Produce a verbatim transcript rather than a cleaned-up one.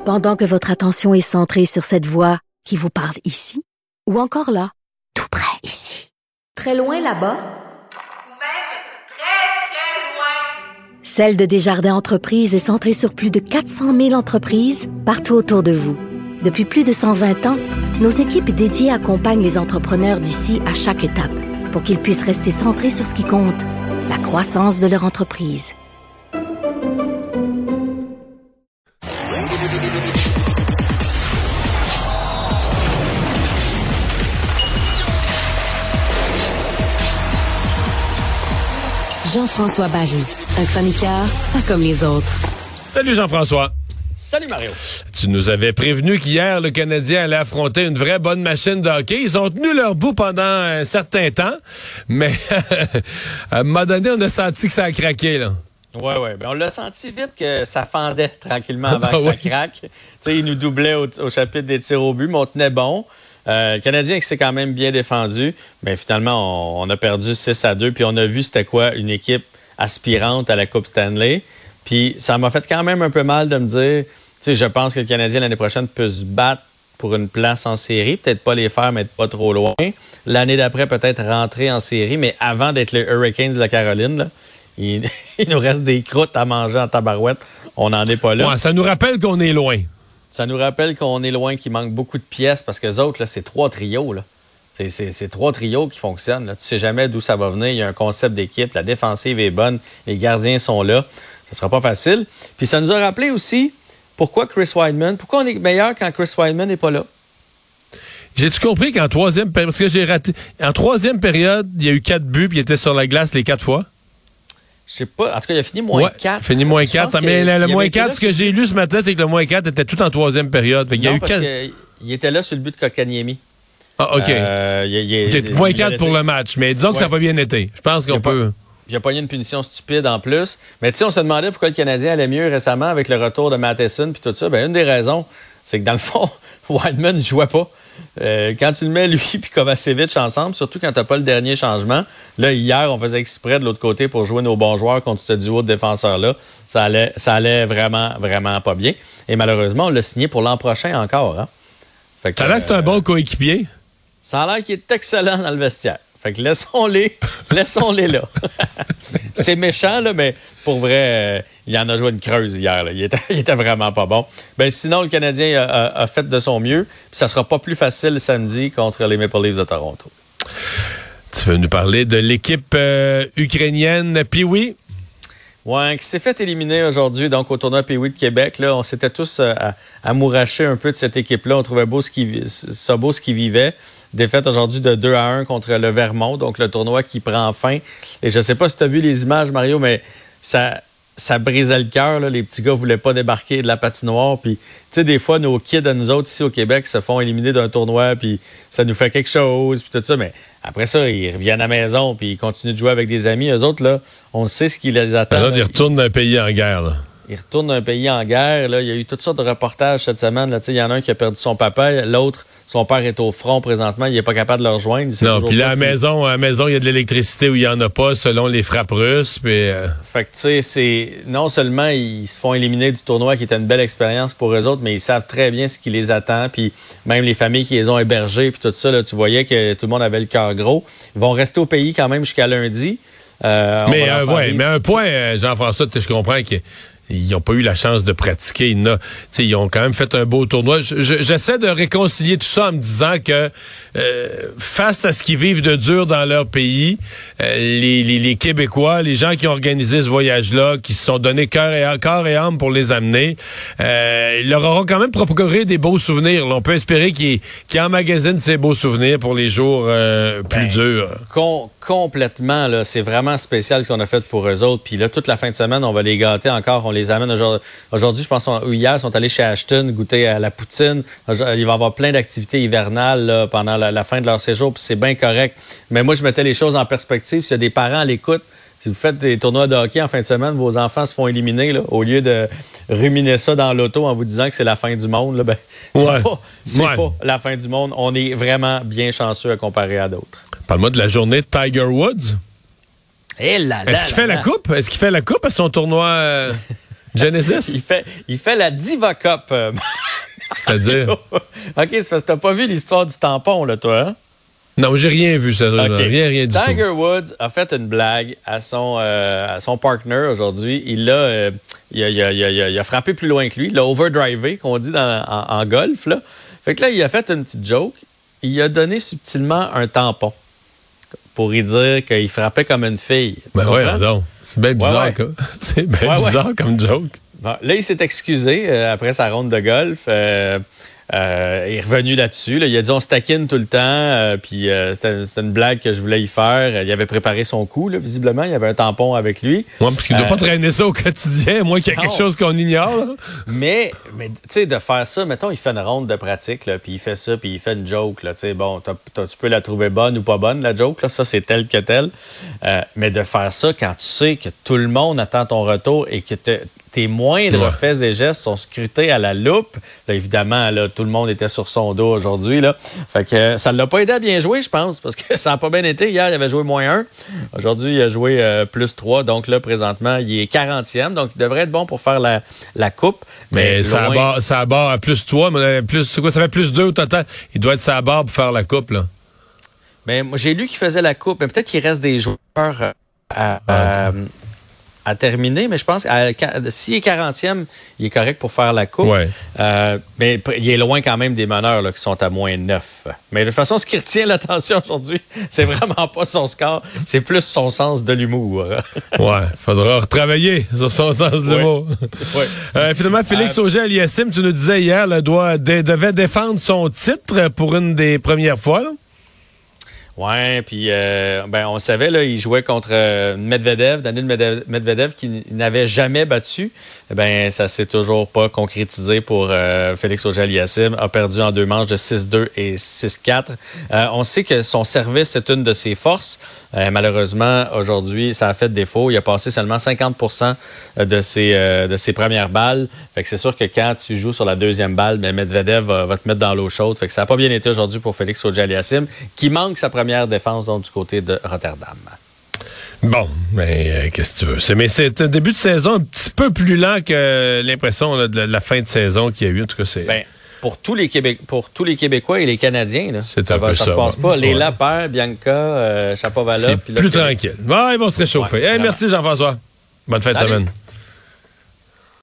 Pendant que votre attention est centrée sur cette voix qui vous parle ici, ou encore là, tout près ici, très loin là-bas, ou même très, très loin. Celle de Desjardins Entreprises est centrée sur plus de quatre cent mille entreprises partout autour de vous. Depuis plus de cent vingt ans, nos équipes dédiées accompagnent les entrepreneurs d'ici à chaque étape pour qu'ils puissent rester centrés sur ce qui compte, la croissance de leur entreprise. Jean-François Barry, un chroniqueur pas comme les autres. Salut Jean-François. Salut Mario. Tu nous avais prévenu qu'hier, le Canadien allait affronter une vraie bonne machine de hockey. Ils ont tenu leur bout pendant un certain temps, mais à un moment donné, on a senti que ça a craqué, là. Oui, oui. Ben on l'a senti vite que ça fendait tranquillement avant que ouais. ça craque. Tu sais, il nous doublait au, au chapitre des tirs au but, mais on tenait bon. Euh, le Canadien qui s'est quand même bien défendu, mais finalement, on, on a perdu six à deux, puis on a vu c'était quoi une équipe aspirante à la Coupe Stanley. Puis ça m'a fait quand même un peu mal de me dire, tu sais, je pense que le Canadien l'année prochaine peut se battre pour une place en série, peut-être pas les faire, mais être pas trop loin. L'année d'après, peut-être rentrer en série, mais avant d'être les Hurricanes de la Caroline, là, il, il nous reste des croûtes à manger en tabarouette. On n'en est pas là. Ouais, ça nous rappelle qu'on est loin. Ça nous rappelle qu'on est loin, qu'il manque beaucoup de pièces, parce que les autres, là, c'est trois trios, là. C'est, c'est, c'est trois trios qui fonctionnent, là. Tu sais jamais d'où ça va venir. Il y a un concept d'équipe. La défensive est bonne. Les gardiens sont là. Ça sera pas facile. Puis ça nous a rappelé aussi pourquoi Chris Wideman, pourquoi on est meilleur quand Chris Wideman n'est pas là. J'ai-tu compris qu'en troisième période, parce que j'ai raté, en troisième période, il y a eu quatre buts, puis il était sur la glace les quatre fois? Je sais pas. En tout cas, il a fini moins ouais, quatre. Fini moins quatre. Mais le, le moins quatre, là, ce que j'ai lu ce matin, c'est que le moins quatre était tout en troisième période. Fait qu'il non, y a eu parce quatre... qu'il était là sur le but de Kotkaniemi. Ah, OK. Euh, il, il, il, c'est moins il quatre laissé... pour le match, mais disons ouais. que ça n'a pas bien été. Je pense qu'on il peut... Pas... Il a pogné une punition stupide en plus. Mais tu sais, on se demandait pourquoi le Canadien allait mieux récemment avec le retour de Matheson puis tout ça. Bien, une des raisons, c'est que dans le fond, Wideman ne jouait pas. Euh, quand tu le mets, lui puis Kovacevic ensemble, surtout quand tu n'as pas le dernier changement, là, hier, on faisait exprès de l'autre côté pour jouer nos bons joueurs contre ce duo de défenseurs-là. Ça allait, ça allait vraiment, vraiment pas bien. Et malheureusement, on l'a signé pour l'an prochain encore. Hein? Fait que, ça a l'air que c'est un bon coéquipier. Ça a l'air qu'il est excellent dans le vestiaire. Fait que laissons-les, laissons-les là. C'est méchant, là, mais pour vrai, euh, il en a joué une creuse hier. Là. Il, était, il était vraiment pas bon. Ben, sinon, le Canadien a, a, a fait de son mieux. Puis ça sera pas plus facile samedi contre les Maple Leafs de Toronto. Tu veux nous parler de l'équipe euh, ukrainienne Pee-Wee? Oui, qui s'est fait éliminer aujourd'hui donc au tournoi Pee-Wee de Québec. Là, on s'était tous euh, amourachés un peu de cette équipe-là. On trouvait beau ce qui, ça beau ce qui vivait. Défaite aujourd'hui de deux à un contre le Vermont, donc le tournoi qui prend fin. Et je ne sais pas si tu as vu les images, Mario, mais ça, ça brisait le cœur. Là. Les petits gars ne voulaient pas débarquer de la patinoire. Puis, tu sais, des fois, nos kids à nous autres ici au Québec se font éliminer d'un tournoi, puis ça nous fait quelque chose, puis tout ça. Mais après ça, ils reviennent à la maison, puis ils continuent de jouer avec des amis. Eux autres, là, on sait ce qui les attend. Alors, ils retournent d'un pays en guerre, là. Ils retournent d'un pays en guerre. Là. Il y a eu toutes sortes de reportages cette semaine. Là. Il y en a un qui a perdu son papa, l'autre, son père est au front présentement. Il n'est pas capable de le rejoindre. Non, puis là, à la maison, à la maison, il y a de l'électricité où il n'y en a pas, selon les frappes russes. Puis, euh... Fait que, tu sais, c'est... non seulement ils se font éliminer du tournoi, qui était une belle expérience pour eux autres, mais ils savent très bien ce qui les attend. Puis même les familles qui les ont hébergés, puis tout ça, là, tu voyais que tout le monde avait le cœur gros. Ils vont rester au pays quand même jusqu'à lundi. Euh, mais, euh, ouais, mais un point, Jean-François, je comprends que ils n'ont pas eu la chance de pratiquer. Ils, n'a, ils ont quand même fait un beau tournoi. Je, je, j'essaie de réconcilier tout ça en me disant que euh, face à ce qu'ils vivent de dur dans leur pays, euh, les, les, les Québécois, les gens qui ont organisé ce voyage-là, qui se sont donnés cœur et, corps et âme pour les amener, euh, ils leur auront quand même procuré des beaux souvenirs. Là, on peut espérer qu'ils, qu'ils emmagasinent ces beaux souvenirs pour les jours euh, plus ben, durs. Com- complètement. Là, c'est vraiment spécial ce qu'on a fait pour eux autres. Puis là, toute la fin de semaine, on va les gâter encore. On les amène aujourd'hui. Aujourd'hui, je pense ou hier, ils sont allés chez Ashton goûter à la poutine. Il va y avoir plein d'activités hivernales là, pendant la, la fin de leur séjour, puis c'est bien correct. Mais moi, je mettais les choses en perspective. S'il y a des parents à l'écoute, si vous faites des tournois de hockey en fin de semaine, vos enfants se font éliminer, là, au lieu de ruminer ça dans l'auto en vous disant que c'est la fin du monde, là, ben, c'est, ouais. pas, c'est ouais. pas la fin du monde. On est vraiment bien chanceux à comparer à d'autres. Parle-moi de la journée de Tiger Woods. Eh là là Est-ce qu'il là fait là. la coupe? Est-ce qu'il fait la coupe à son tournoi? Euh... Genesis? Il fait, il fait la Diva Cup. Euh, C'est-à-dire? OK, c'est parce que t'as pas vu l'histoire du tampon, là, toi, hein? Non, j'ai rien vu, ça. Okay. Rien, rien du Tiger tout. Woods a fait une blague à son, euh, à son partner aujourd'hui. Il l'a, euh, il, a, il, a, il, a, il a frappé plus loin que lui. Il l'a overdrivé, qu'on dit dans, en, en golf, là. Fait que là, il a fait une petite joke. Il a donné subtilement un tampon pour y dire qu'il frappait comme une fille. Ben ouais, non. C'est bien bizarre, ouais, ouais. C'est bien ouais, bizarre ouais. comme joke. Bon, là, il s'est excusé euh, après sa ronde de golf. Euh, euh, il est revenu là-dessus. Là. Il a dit on se taquine tout le temps. Euh, puis euh, c'était, c'était une blague que je voulais y faire. Il avait préparé son coup, là, visiblement. Il y avait un tampon avec lui. Oui, parce qu'il ne doit euh, pas traîner ça au quotidien, moins qu'il y a non. quelque chose qu'on ignore. Là. Mais, mais tu sais, de faire ça, mettons, il fait une ronde de pratique, là, puis il fait ça, puis il fait une joke. Là, bon, t'as, t'as, tu peux la trouver bonne ou pas bonne, la joke. Là, ça, c'est tel que tel. Euh, mais de faire ça quand tu sais que tout le monde attend ton retour et que t'es, tes moindres ouais. faits et gestes sont scrutés à la loupe. Là, évidemment, là, tout le monde était sur son dos aujourd'hui. Là. Fait que ça ne l'a pas aidé à bien jouer, je pense, parce que ça n'a pas bien été. Hier, il avait joué moins un. Aujourd'hui, il a joué euh, plus trois. Donc là, présentement, il est quarantième. Donc, il devrait être bon pour faire la, la coupe. Mais, mais ça, loin... barre, ça barre à plus trois. Mais plus, c'est quoi, ça fait plus deux au total. Il doit être sa barre pour faire la coupe. Là. Mais moi, j'ai lu qu'il faisait la coupe. Mais peut-être qu'il reste des joueurs à... à, à okay. à terminer, mais je pense que s'il est quarantième, il est correct pour faire la coupe. Ouais. Euh, mais il est loin quand même des meneurs là, qui sont à moins neuf. Mais de toute façon, ce qui retient l'attention aujourd'hui, c'est vraiment pas son score, c'est plus son sens de l'humour. Ouais, faudra retravailler sur son sens de l'humour. Ouais. Ouais. Euh, finalement, Félix euh, Auger-Aliassime, tu nous disais hier, là, doit, de, devait défendre son titre pour une des premières fois. Là. Ouais, puis euh, ben on savait là, il jouait contre euh, Medvedev, Daniil Medvedev qui n'avait jamais battu. Ben ça s'est toujours pas concrétisé pour euh, Félix Auger-Aliassime, a perdu en deux manches de six deux et six quatre. Euh, on sait que son service c'est une de ses forces. Euh, malheureusement, aujourd'hui, ça a fait défaut. Il a passé seulement cinquante pour cent de ses euh, de ses premières balles. Fait que c'est sûr que quand tu joues sur la deuxième balle, ben Medvedev va, va te mettre dans l'eau chaude. Fait que ça a pas bien été aujourd'hui pour Félix Auger-Aliassime, qui manque sa première défense donc du côté de Rotterdam. Bon, mais euh, qu'est-ce que tu veux? C'est, mais c'est un début de saison un petit peu plus lent que l'impression là, de, la, de la fin de saison qu'il y a eu. En tout cas, c'est... Ben, pour tous les Québec, pour tous les Québécois et les Canadiens, là, c'est ça, un va, peu ça, ça se passe ouais. pas. Les ouais. Lapère, Bianca, euh, Chapovalov. C'est puis là, plus tranquille. Ouais, ils vont se réchauffer. Ouais, hey, merci Jean-François. Bonne fin Salut. de semaine.